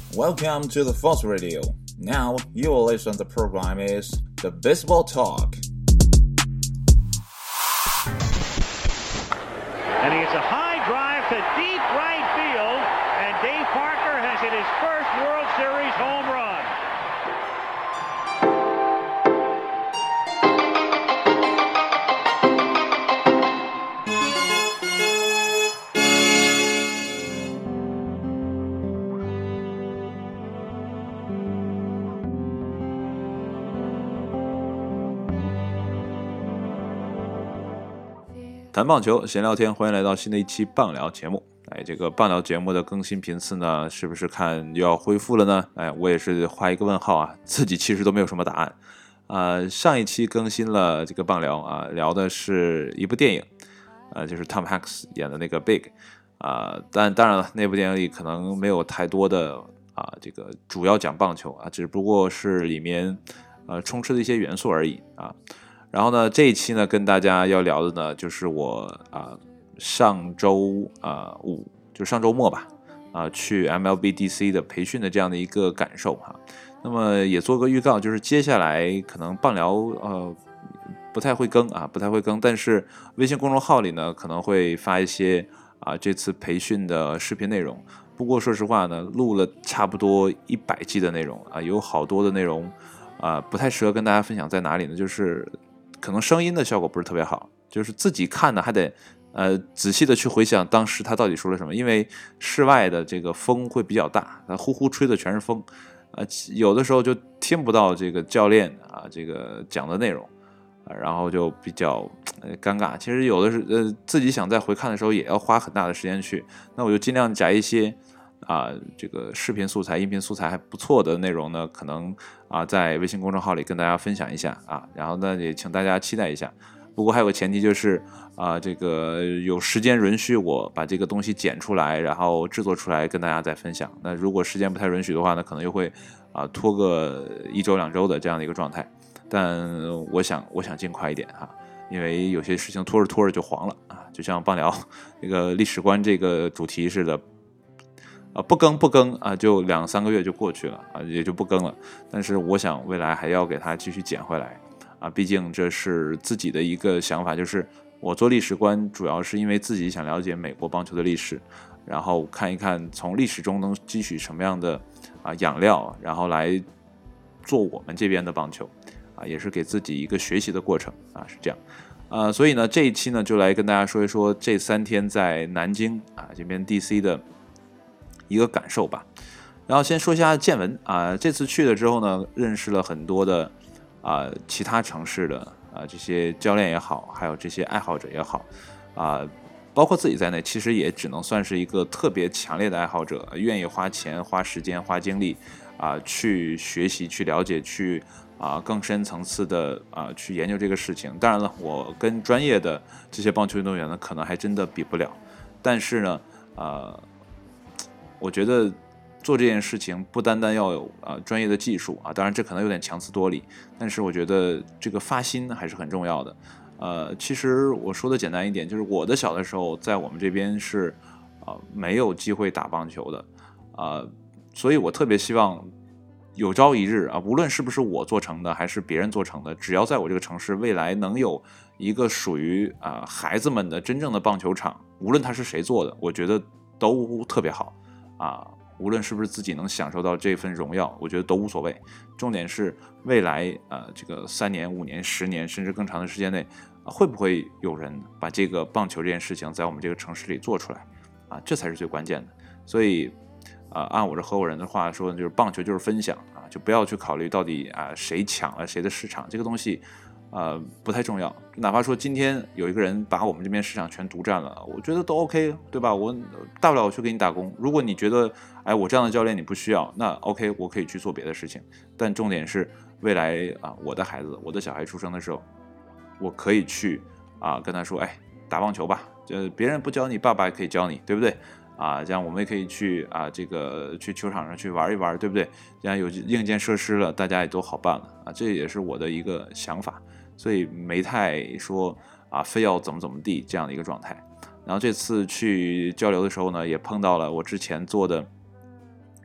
Welcome to the Force Radio. Now you will listen to the program is the Baseball Talk. And he hits a high drive to deep right field, and Dave Parker has hit his first World Series home run. 谈棒球，闲聊天，欢迎来到新的一期棒聊节目。这个棒聊节目的更新频次呢，是不是看又要恢复了呢？我也是画一个问号啊，自己其实都没有什么答案。上一期更新了这个棒聊啊，聊的是一部电影，就是 Tom Hanks 演的那个 Big 但当然了，那部电影里可能没有太多的这个主要讲棒球只不过是里面充斥的一些元素而已啊。然后呢，这一期呢，跟大家要聊的呢，就是我上周五，就上周末吧，去 MLB DC 的培训的这样的一个感受哈。那么也做个预告，就是接下来可能棒聊不太会更，但是微信公众号里呢可能会发一些这次培训的视频内容。不过说实话呢，录了差不多100集的内容有好多的内容不太适合跟大家分享，在哪里呢？就是可能声音的效果不是特别好，就是自己看呢还得仔细的去回想当时他到底说了什么，因为室外的这个风会比较大，呼呼吹的全是风有的时候就听不到这个教练这个讲的内容然后就比较尴尬。其实有的是自己想再回看的时候也要花很大的时间去，那我就尽量夹一些这个视频素材、音频素材还不错的内容呢，可能在微信公众号里跟大家分享一下然后呢也请大家期待一下。不过还有个前提就是这个有时间允许我把这个东西剪出来，然后制作出来跟大家再分享。那如果时间不太允许的话呢，可能又会拖个1周2周的这样的一个状态。但我想尽快一点因为有些事情拖着就黄了就像棒聊这个历史观这个主题似的。不更就2-3个月就过去了也就不更了。但是我想未来还要给它继续捡回来毕竟这是自己的一个想法，就是我做历史观主要是因为自己想了解美国棒球的历史，然后看一看从历史中能汲取什么样的养料，然后来做我们这边的棒球也是给自己一个学习的过程是这样所以呢这一期呢就来跟大家说一说这3天在南京这边 DC 的一个感受吧。然后先说一下见闻这次去了之后呢，认识了很多的其他城市的这些教练也好，还有这些爱好者也好包括自己在内，其实也只能算是一个特别强烈的爱好者，愿意花钱、花时间、花精力去学习、去了解、去更深层次的去研究这个事情。当然了，我跟专业的这些棒球运动员呢，可能还真的比不了。但是呢我觉得做这件事情不单单要有专业的技术当然这可能有点强词夺理，但是我觉得这个发心还是很重要的。其实我说的简单一点，就是我的小的时候在我们这边是没有机会打棒球的所以我特别希望有朝一日无论是不是我做成的还是别人做成的，只要在我这个城市未来能有一个属于孩子们的真正的棒球场，无论他是谁做的，我觉得都特别好无论是不是自己能享受到这份荣耀，我觉得都无所谓。重点是未来这个3年、5年、10年甚至更长的时间内会不会有人把这个棒球这件事情在我们这个城市里做出来这才是最关键的。所以按我这合伙人的话说，就是棒球就是分享就不要去考虑到底谁抢了谁的市场，这个东西不太重要。哪怕说今天有一个人把我们这边市场全独占了，我觉得都 OK， 对吧？我大不了我去给你打工。如果你觉得我这样的教练你不需要，那 OK， 我可以去做别的事情。但重点是未来我的孩子，我的小孩出生的时候，我可以去跟他说打棒球吧，别人不教你，爸爸可以教你，对不对这样我们也可以去这个去球场上去玩一玩，对不对？这样有硬件设施了，大家也都好办了这也是我的一个想法。所以没太说非要怎么地这样的一个状态。然后这次去交流的时候呢，也碰到了我之前做的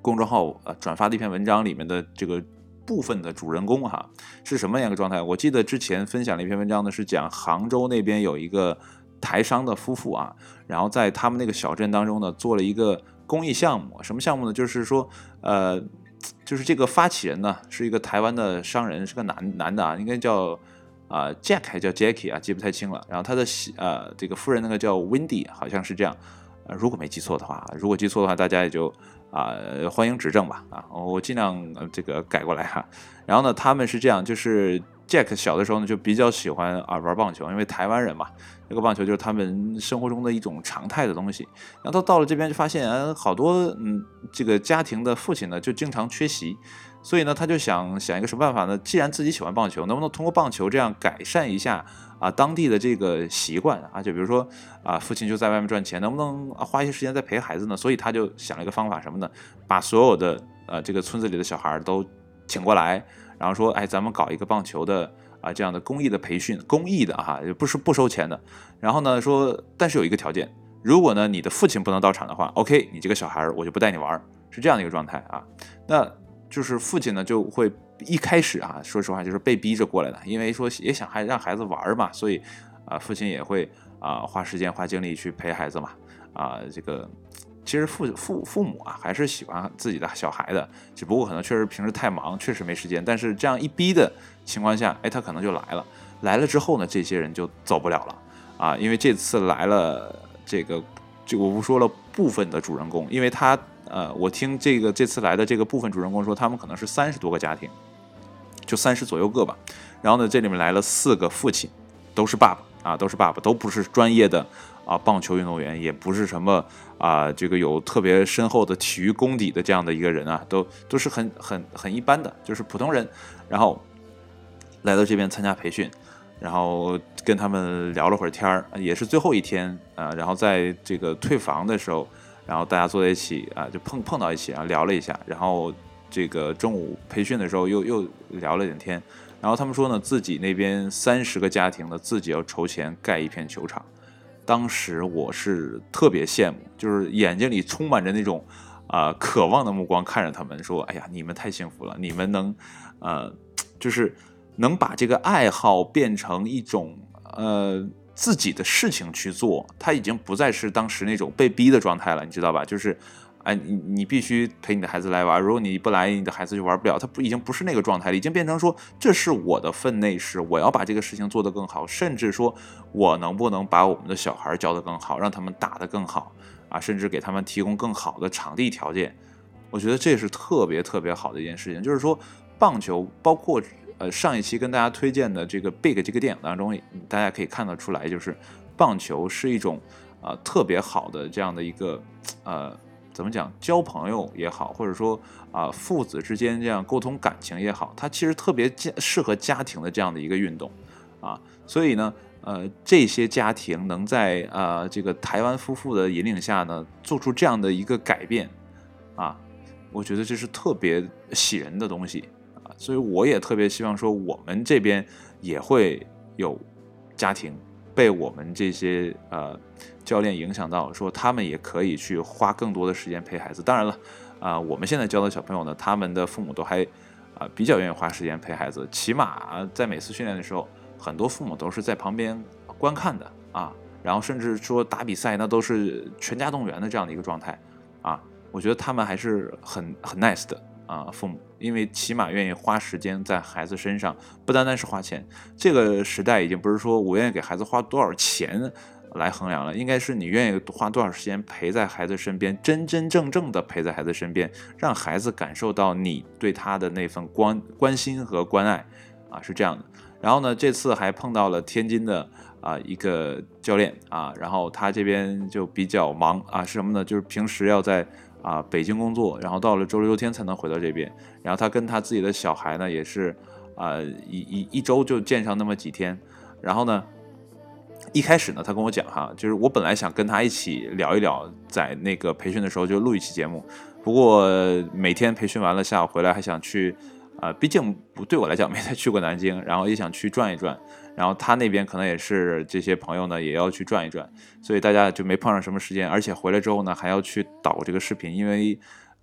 公众号转发的一篇文章里面的这个部分的主人公哈，是什么样一个状态？我记得之前分享了一篇文章呢，是讲杭州那边有一个台商的夫妇啊，然后在他们那个小镇当中呢，做了一个公益项目。什么项目呢？就是说就是这个发起人呢是一个台湾的商人，是个男的啊，应该叫Jack 还叫 Jackie 啊，记不太清了。然后他的这个夫人那个叫 Wendy， 好像是这样。如果没记错的话，如果记错的话，大家也就欢迎指正吧啊，我尽量这个改过来哈。然后呢，他们是这样，就是 Jack 小的时候呢就比较喜欢玩棒球，因为台湾人嘛，这个棒球就是他们生活中的一种常态的东西。然后他到了这边就发现好多这个家庭的父亲呢就经常缺席，所以呢他就想一个什么办法呢？既然自己喜欢棒球，能不能通过棒球这样改善一下当地的这个习惯啊？就比如说父亲就在外面赚钱，能不能花一些时间在陪孩子呢？所以他就想了一个方法，什么呢？把所有的这个村子里的小孩都请过来，然后说，哎，咱们搞一个棒球的这样的公益的培训，公益的哈，不收钱的。然后呢说，但是有一个条件，如果呢你的父亲不能到场的话 ，OK， 你这个小孩我就不带你玩，是这样的一个状态啊。那就是父亲呢就会一开始说实话就是被逼着过来的，因为说也想让孩子玩嘛，所以父亲也会花时间花精力去陪孩子嘛这个。其实父母还是喜欢自己的小孩的，只不过可能确实平时太忙，确实没时间。但是这样一逼的情况下，他可能就来了之后呢，这些人就走不了了因为这次来了这个我不说了部分的主人公，因为他我听这次来的这个部分主人公说，他们可能是30多个家庭，就30左右个吧。然后呢，这里面来了4个父亲，都是爸爸都是爸爸，都不是专业的棒球运动员，也不是什么这个有特别深厚的体育功底的这样的一个人都是很一般的，就是普通人。然后来到这边参加培训，然后跟他们聊了会儿天也是最后一天然后在这个退房的时候，然后大家坐在一起就碰到一起聊了一下，然后这个中午培训的时候又聊了点天。然后他们说呢，自己那边30个家庭呢，自己要筹钱盖一片球场。当时我是特别羡慕，就是眼睛里充满着那种渴望的目光看着他们，说：“哎呀，你们太幸福了，你们能就是能把这个爱好变成一种自己的事情去做，他已经不再是当时那种被逼的状态了，你知道吧？就是你必须陪你的孩子来玩，如果你不来，你的孩子就玩不了。他已经不是那个状态了，已经变成说这是我的分内事，我要把这个事情做得更好，甚至说我能不能把我们的小孩教得更好，让他们打得更好甚至给他们提供更好的场地条件。我觉得这是特别特别好的一件事情，就是说棒球包括上一期跟大家推荐的这个 Big 这个电影当中，大家可以看得出来，就是棒球是一种特别好的这样的一个怎么讲，交朋友也好，或者说父子之间这样沟通感情也好，它其实特别适合家庭的这样的一个运动所以呢这些家庭能在这个台湾夫妇的引领下呢，做出这样的一个改变我觉得这是特别喜人的东西所以我也特别希望说，我们这边也会有家庭被我们这些教练影响到，说他们也可以去花更多的时间陪孩子。当然了我们现在教的小朋友呢，他们的父母都还比较愿意花时间陪孩子，起码在每次训练的时候，很多父母都是在旁边观看的然后甚至说打比赛那都是全家动员的这样的一个状态我觉得他们还是很 nice 的父母，因为起码愿意花时间在孩子身上，不单单是花钱。这个时代已经不是说我愿意给孩子花多少钱来衡量了，应该是你愿意花多少时间陪在孩子身边，真真正正的陪在孩子身边，让孩子感受到你对他的那份关心和关爱是这样的。然后呢，这次还碰到了天津的一个教练然后他这边就比较忙是什么呢？就是平时要在北京工作，然后到了周六周天才能回到这边。然后他跟他自己的小孩呢，也是一周就见上那么几天。然后呢，一开始呢，他跟我讲就是我本来想跟他一起聊一聊，在那个培训的时候就录一期节目。不过每天培训完了，下午回来还想去毕竟对我来讲没再去过南京，然后也想去转一转。然后他那边可能也是这些朋友呢也要去转一转，所以大家就没碰上什么时间。而且回来之后呢，还要去导这个视频，因为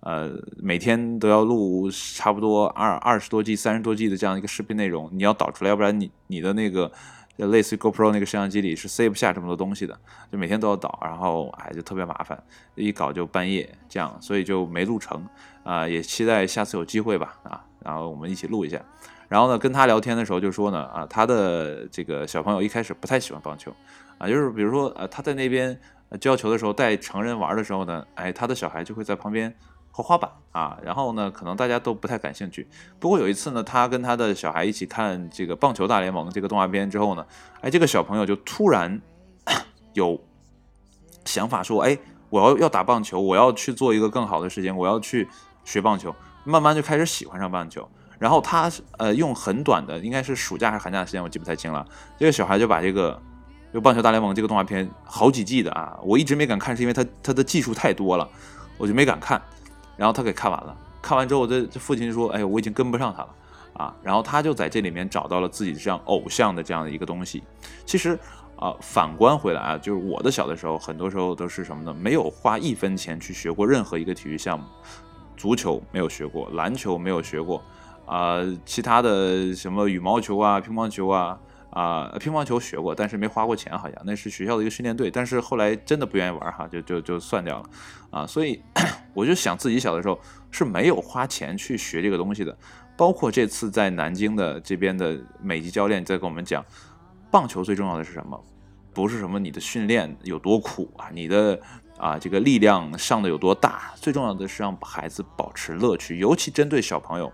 每天都要录差不多20多 G、30多 G 的这样一个视频内容，你要导出来，要不然你的那个类似于 GoPro 那个摄像机里是塞不下这么多东西的，就每天都要导，然后就特别麻烦，一搞就半夜这样，所以就没录成也期待下次有机会吧然后我们一起录一下。然后呢，跟他聊天的时候就说呢他的这个小朋友一开始不太喜欢棒球就是比如说他在那边教球的时候带成人玩的时候呢，他的小孩就会在旁边滑滑板然后呢可能大家都不太感兴趣。不过有一次呢，他跟他的小孩一起看这个棒球大联盟这个动画片之后呢，这个小朋友就突然有想法说，我要打棒球，我要去做一个更好的事情，我要去学棒球，慢慢就开始喜欢上棒球。然后他用很短的，应该是暑假还是寒假的时间，我记不太清了。这个小孩就把这个就棒球大联盟这个动画片好几季的我一直没敢看，是因为他的技术太多了，我就没敢看。然后他给看完了，看完之后这父亲就说，我已经跟不上他了然后他就在这里面找到了自己这样偶像的这样的一个东西。其实反观回来就是我的小的时候，很多时候都是什么呢？没有花1分钱去学过任何一个体育项目，足球没有学过，篮球没有学过。其他的什么羽毛球乒乓球乒乓球学过，但是没花过钱，好像那是学校的一个训练队，但是后来真的不愿意玩就算掉了所以我就想自己小的时候是没有花钱去学这个东西的。包括这次在南京的这边的美籍教练在跟我们讲，棒球最重要的是什么？不是什么你的训练有多苦你的这个力量上的有多大，最重要的是让孩子保持乐趣，尤其针对小朋友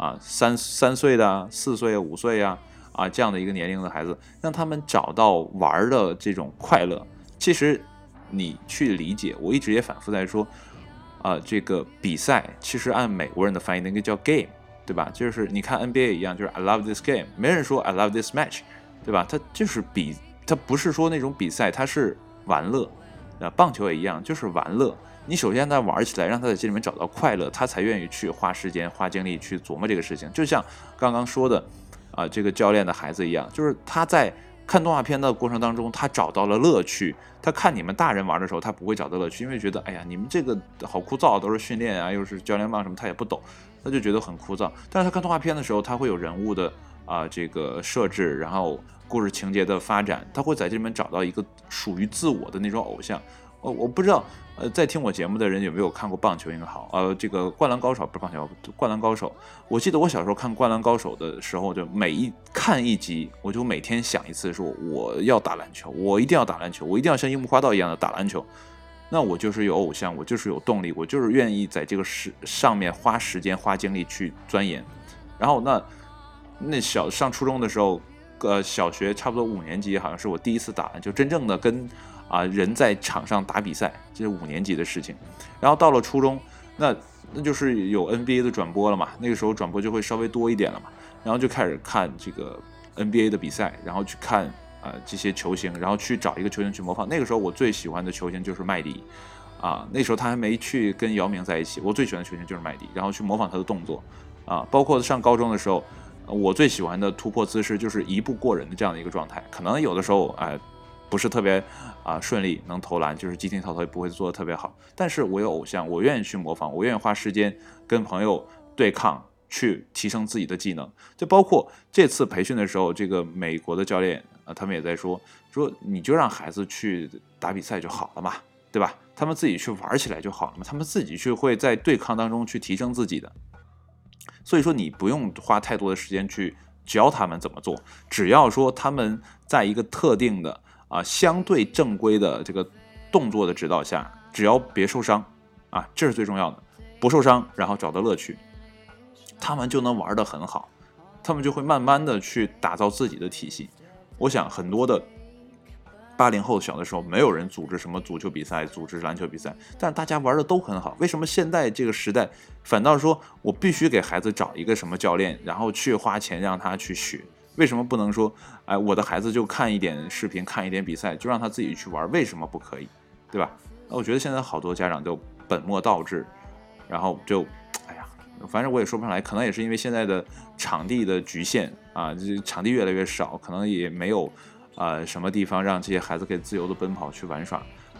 3岁的4岁5岁这样的一个年龄的孩子，让他们找到玩的这种快乐。其实你去理解，我一直也反复在说这个比赛其实按美国人的翻译那个叫 game， 对吧？就是你看 NBA 一样，就是 I love this game， 没人说 I love this match， 对吧？它就是它不是说那种比赛，它是玩乐棒球也一样，就是玩乐。你首先让他玩起来，让他在这里面找到快乐，他才愿意去花时间花精力去琢磨这个事情。就像刚刚说的这个教练的孩子一样，就是他在看动画片的过程当中，他找到了乐趣。他看你们大人玩的时候，他不会找到乐趣，因为觉得你们这个好枯燥，都是训练又是教练棒什么，他也不懂，他就觉得很枯燥。但是他看动画片的时候，他会有人物的这个设置，然后故事情节的发展，他会在这里面找到一个属于自我的那种偶像。我不知道在听我节目的人有没有看过棒球也好这个灌篮高手，不是棒球，灌篮高手。我记得我小时候看灌篮高手的时候，就看一集我就每天想一次，说我要打篮球，我一定要打篮球，我一定要像樱木花道一样的打篮球。那我就是有偶像，我就是有动力，我就是愿意在这个上面花时间花精力去钻研。然后那上初中的时候小学差不多5年级，好像是我第一次打篮球，真正的跟人在场上打比赛，这是5年级的事情。然后到了初中，那就是有 NBA 的转播了嘛，那个时候转播就会稍微多一点了嘛，然后就开始看这个 NBA 的比赛，然后去看这些球星，然后去找一个球星去模仿。那个时候我最喜欢的球星就是麦迪那时候他还没去跟姚明在一起，我最喜欢的球星就是麦迪，然后去模仿他的动作包括上高中的时候，我最喜欢的突破姿势就是一步过人的这样的一个状态。可能有的时候不是特别顺利能投篮，就是激情套投也不会做得特别好，但是我有偶像，我愿意去模仿，我愿意花时间跟朋友对抗，去提升自己的技能。就包括这次培训的时候，这个美国的教练他们也在说你就让孩子去打比赛就好了嘛，对吧？他们自己去玩起来就好了嘛，他们自己去会在对抗当中去提升自己的。所以说你不用花太多的时间去教他们怎么做，只要说他们在一个特定的相对正规的这个动作的指导下，只要别受伤这是最重要的，不受伤，然后找到乐趣，他们就能玩得很好，他们就会慢慢的去打造自己的体系。我想很多的80后小的时候，没有人组织什么足球比赛，组织篮球比赛，但是大家玩的都很好。为什么现在这个时代反倒说我必须给孩子找一个什么教练，然后去花钱让他去学？为什么不能说我的孩子就看一点视频，看一点比赛，就让他自己去玩？为什么不可以？对吧？我觉得现在好多家长都本末倒置，然后就反正我也说不上来，可能也是因为现在的场地的局限场地越来越少，可能也没有什么地方让这些孩子可以自由的奔跑去玩耍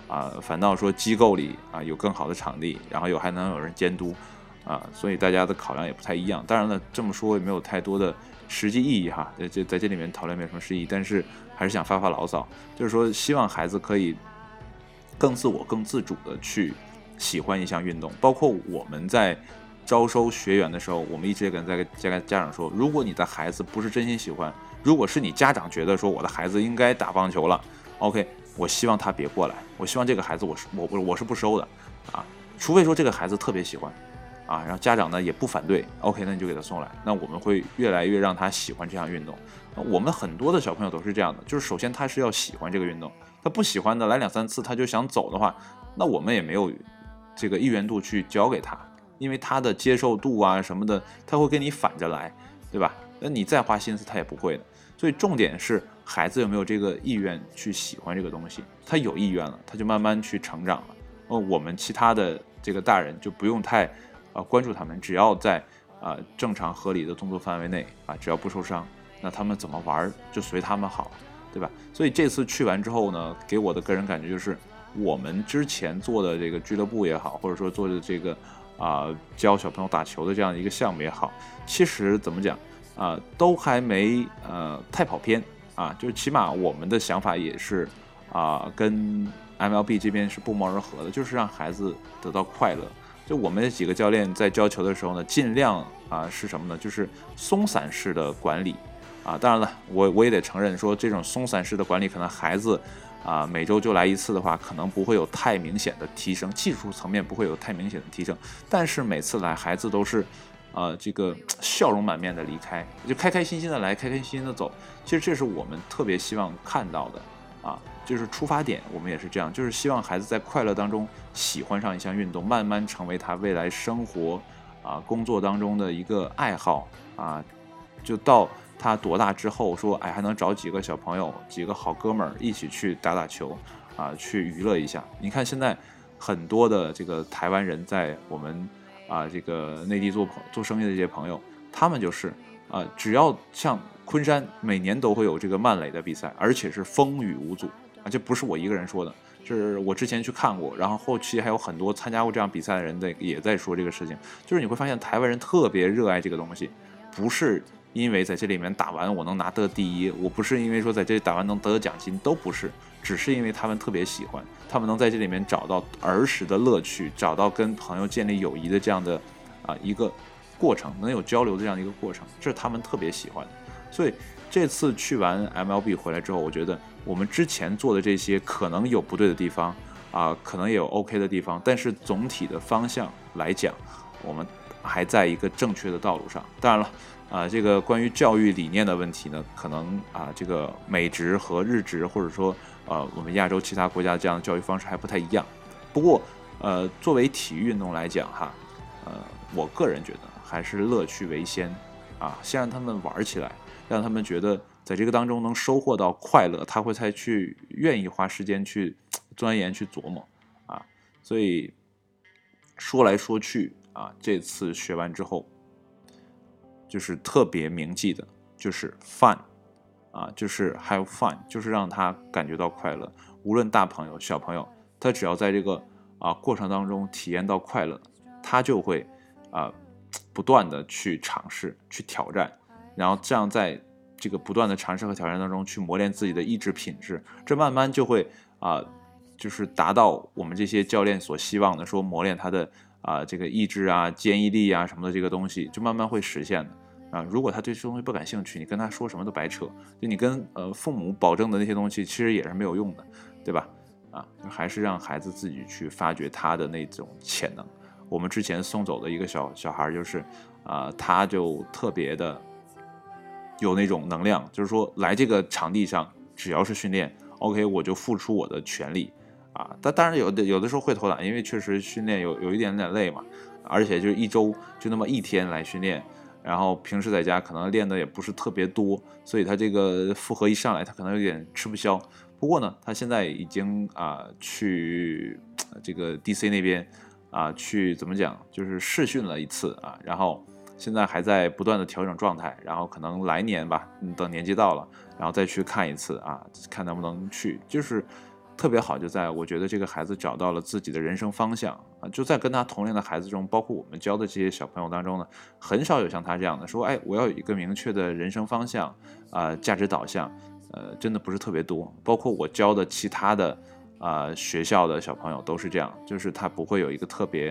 反倒说机构里有更好的场地，然后还能有人监督所以大家的考量也不太一样。当然了，这么说也没有太多的实际意义哈，在这里面讨论没有什么实际意义，但是还是想发牢骚，就是说希望孩子可以更自我、更自主的去喜欢一项运动。包括我们在招收学员的时候，我们一直跟家长说，如果你的孩子不是真心喜欢，如果是你家长觉得说我的孩子应该打棒球了 ，OK， 我希望他别过来，我希望这个孩子我是不收的除非说这个孩子特别喜欢然后家长呢也不反对 ，OK， 那你就给他送来，那我们会越来越让他喜欢这项运动。我们很多的小朋友都是这样的，就是首先他是要喜欢这个运动，他不喜欢的来2-3次他就想走的话，那我们也没有这个意愿度去教给他，因为他的接受度什么的，他会跟你反着来，对吧？那你再花心思他也不会的。所以重点是孩子有没有这个意愿去喜欢这个东西，他有意愿了，他就慢慢去成长了。我们其他的这个大人就不用太关注他们，只要在正常合理的动作范围内只要不受伤，那他们怎么玩就随他们好，对吧？所以这次去完之后呢，给我的个人感觉就是，我们之前做的这个俱乐部也好，或者说做的这个教小朋友打球的这样一个项目也好，其实怎么讲都还没太跑偏就是起码我们的想法也是跟 MLB 这边是不谋而合的，就是让孩子得到快乐。就我们几个教练在教球的时候呢，尽量是什么呢？就是松散式的管理当然了，我也得承认说，这种松散式的管理，可能孩子每周就来一次的话，可能不会有太明显的提升，技术层面不会有太明显的提升，但是每次来孩子都是这个笑容满面的离开，就开开心心的来，开开心心的走。其实这是我们特别希望看到的就是出发点，我们也是这样，就是希望孩子在快乐当中喜欢上一项运动，慢慢成为他未来生活工作当中的一个爱好就到他多大之后说，还能找几个小朋友、几个好哥们儿一起去打球去娱乐一下。你看现在很多的这个台湾人在我们这个内地做生意的这些朋友，他们就是只要像昆山每年都会有这个慢垒的比赛，而且是风雨无阻这不是我一个人说的，是我之前去看过，然后后期还有很多参加过这样比赛的人也在说这个事情，就是你会发现台湾人特别热爱这个东西，不是因为在这里面打完我能拿得第一，我不是因为说在这里打完能得奖金，都不是，只是因为他们特别喜欢，他们能在这里面找到儿时的乐趣，找到跟朋友建立友谊的这样的一个过程，能有交流的这样的一个过程，这是他们特别喜欢的。所以这次去完 MLB 回来之后，我觉得我们之前做的这些可能有不对的地方可能也有 OK 的地方，但是总体的方向来讲，我们还在一个正确的道路上。当然了这个关于教育理念的问题呢，可能这个美职和日职，或者说我们亚洲其他国家这样的教育方式还不太一样。不过作为体育运动来讲我个人觉得还是乐趣为先先让他们玩起来，让他们觉得在这个当中能收获到快乐，他会才去愿意花时间去钻研去琢磨所以说来说去这次学完之后，就是特别铭记的就是 fun就是 have fun， 就是让他感觉到快乐，无论大朋友小朋友，他只要在这个过程当中体验到快乐，他就会不断的去尝试去挑战，然后这样在这个不断的尝试和挑战当中去磨练自己的意志品质，这慢慢就会就是达到我们这些教练所希望的，说磨练他的这个意志坚毅力什么的这个东西，就慢慢会实现的如果他对这东西不感兴趣，你跟他说什么都白扯，就你跟父母保证的那些东西其实也是没有用的，对吧还是让孩子自己去发掘他的那种潜能。我们之前送走的一个小孩就是他就特别的有那种能量，就是说来这个场地上只要是训练 OK 我就付出我的全力但当然有的时候会偷懒，因为确实训练有一点累嘛，而且就一周就那么一天来训练，然后平时在家可能练的也不是特别多，所以他这个负荷一上来他可能有点吃不消。不过呢他现在已经去这个 DC 那边去怎么讲，就是试训了一次然后现在还在不断的调整状态，然后可能来年吧，等年纪到了，然后再去看一次看能不能去，就是特别好就在我觉得这个孩子找到了自己的人生方向啊，就在跟他同龄的孩子中，包括我们教的这些小朋友当中呢，很少有像他这样的说，哎，我要有一个明确的人生方向价值导向，真的不是特别多。包括我教的其他的学校的小朋友都是这样，就是他不会有一个特别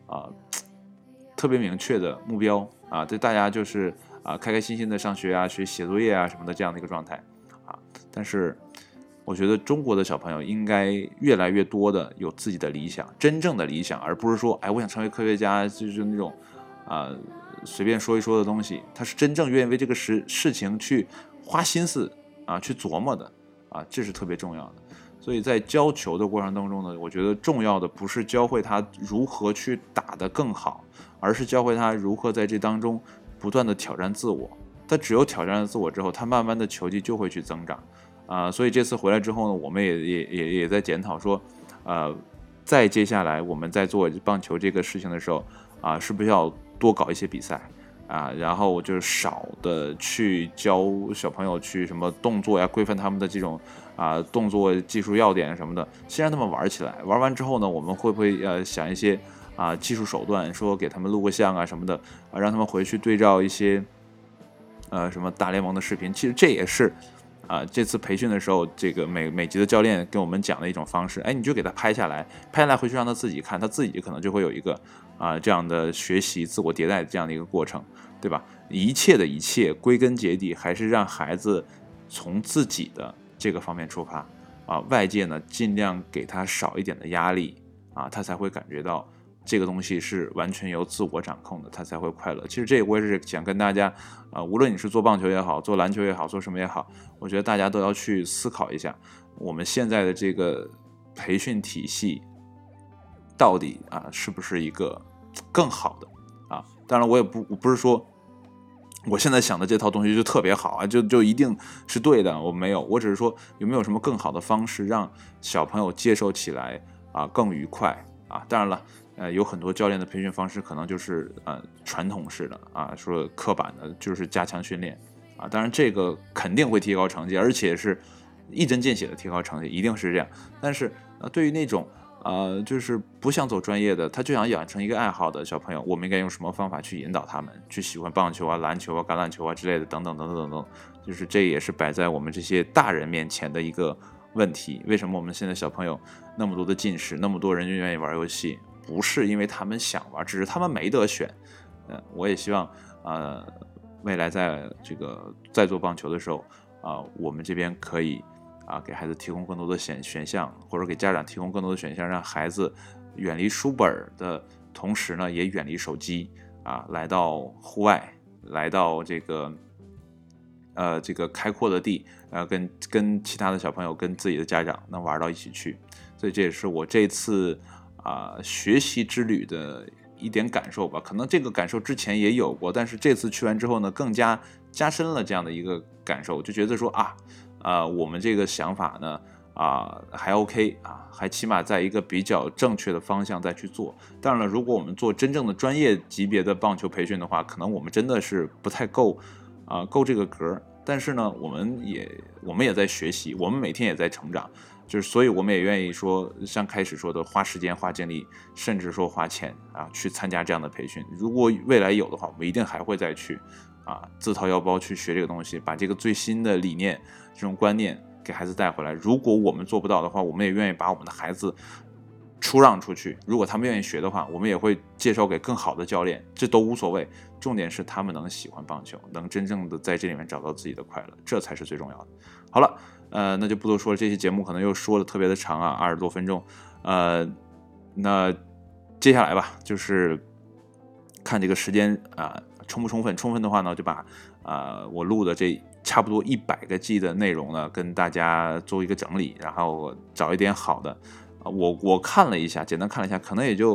明确的目标啊，对大家就是开开心心的上学啊，学写作业啊什么的这样的一个状态啊，但是。我觉得中国的小朋友应该越来越多的有自己的理想，真正的理想，而不是说，哎，我想成为科学家，就是那种随便说一说的东西。他是真正愿意为这个事情去花心思去琢磨的这是特别重要的。所以在教球的过程当中呢，我觉得重要的不是教会他如何去打得更好，而是教会他如何在这当中不断的挑战自我。他只有挑战了自我之后，他慢慢的球技就会去增长。所以这次回来之后呢，我们也在检讨说，再接下来我们在做棒球这个事情的时候是不是要多搞一些比赛然后就是少的去教小朋友去什么动作呀，规范他们的这种动作技术要点什么的，先让他们玩起来。玩完之后呢，我们会不会想一些技术手段，说给他们录个像什么的让他们回去对照一些什么大联盟的视频。其实这也是。这次培训的时候，这个每级的教练跟我们讲的一种方式，哎，你就给他拍下来回去让他自己看，他自己可能就会有一个这样的学习、自我迭代的这样的一个过程，对吧？一切归根结底还是让孩子从自己的这个方面出发外界呢尽量给他少一点的压力他才会感觉到这个东西是完全由自我掌控的，他才会快乐。其实这我也是想跟大家无论你是做棒球也好，做篮球也好，做什么也好，我觉得大家都要去思考一下，我们现在的这个培训体系到底是不是一个更好的当然我不是说我现在想的这套东西就特别好就一定是对的，我没有，我只是说有没有什么更好的方式让小朋友接受起来更愉快当然了。有很多教练的培训方式可能就是传统式的说刻板的，就是加强训练当然这个肯定会提高成绩，而且是一针见血的提高成绩，一定是这样。但是对于那种就是不想走专业的，他就想养成一个爱好的小朋友，我们应该用什么方法去引导他们去喜欢棒球篮球橄榄球之类的等等等等等等，就是这也是摆在我们这些大人面前的一个问题。为什么我们现在小朋友那么多的近视，那么多人就愿意玩游戏？不是因为他们想玩，只是他们没得选。我也希望未来在做棒球的时候我们这边可以给孩子提供更多的选项，或者给家长提供更多的选项，让孩子远离书本的同时呢，也远离手机来到户外，来到这个开阔的地跟其他的小朋友跟自己的家长能玩到一起去。所以这也是我这次学习之旅的一点感受吧，可能这个感受之前也有过，但是这次去完之后呢，更加深了这样的一个感受，就觉得说我们这个想法呢还 OK 还起码在一个比较正确的方向再去做。当然了，如果我们做真正的专业级别的棒球培训的话，可能我们真的是不太够这个格。但是呢，我们也在学习，我们每天也在成长。就是所以我们也愿意说像开始说的花时间花精力甚至说花钱去参加这样的培训。如果未来有的话，我们一定还会再去自掏腰包去学这个东西，把这个最新的理念这种观念给孩子带回来。如果我们做不到的话，我们也愿意把我们的孩子出让出去，如果他们愿意学的话，我们也会介绍给更好的教练，这都无所谓，重点是他们能喜欢棒球，能真正的在这里面找到自己的快乐，这才是最重要的。好了那就不多说了，这期节目可能又说的特别的长20多分钟那接下来吧，就是看这个时间充不充分，充分的话呢，就把我录的这差不多100个 G 的内容呢跟大家做一个整理，然后找一点好的我看了一下，简单看了一下，可能也就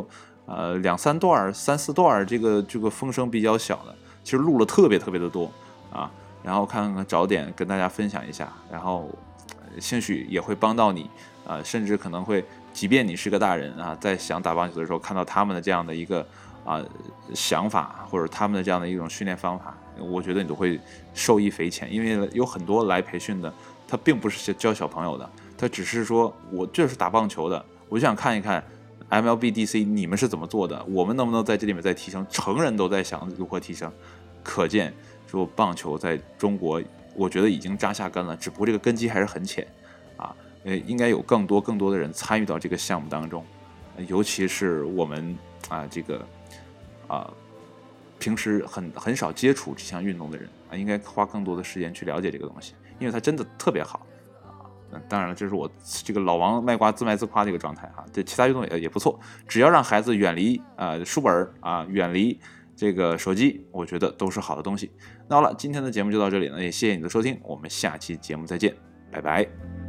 2-3段3-4段这个风声比较小的，其实录了特别特别的多然后看看找点跟大家分享一下，然后兴许也会帮到你甚至可能会，即便你是个大人在想打棒球的时候，看到他们的这样的一个想法，或者他们的这样的一种训练方法，我觉得你都会受益匪浅。因为有很多来培训的，他并不是教小朋友的， 他只是说我就是打棒球的，我就想看一看 MLB、DC 你们是怎么做的，我们能不能在这里面再提升？成人都在想如何提升，可见说棒球在中国，我觉得已经扎下根了，只不过这个根基还是很浅啊。应该有更多的人参与到这个项目当中，尤其是我们平时很少接触这项运动的人啊，应该花更多的时间去了解这个东西，因为它真的特别好啊。当然了，这是我这个老王卖瓜自卖自夸这个状态哈。对，其他运动也不错，只要让孩子远离书本啊，远离这个手机，我觉得都是好的东西。那好了，今天的节目就到这里了，也谢谢你的收听，我们下期节目再见，拜拜。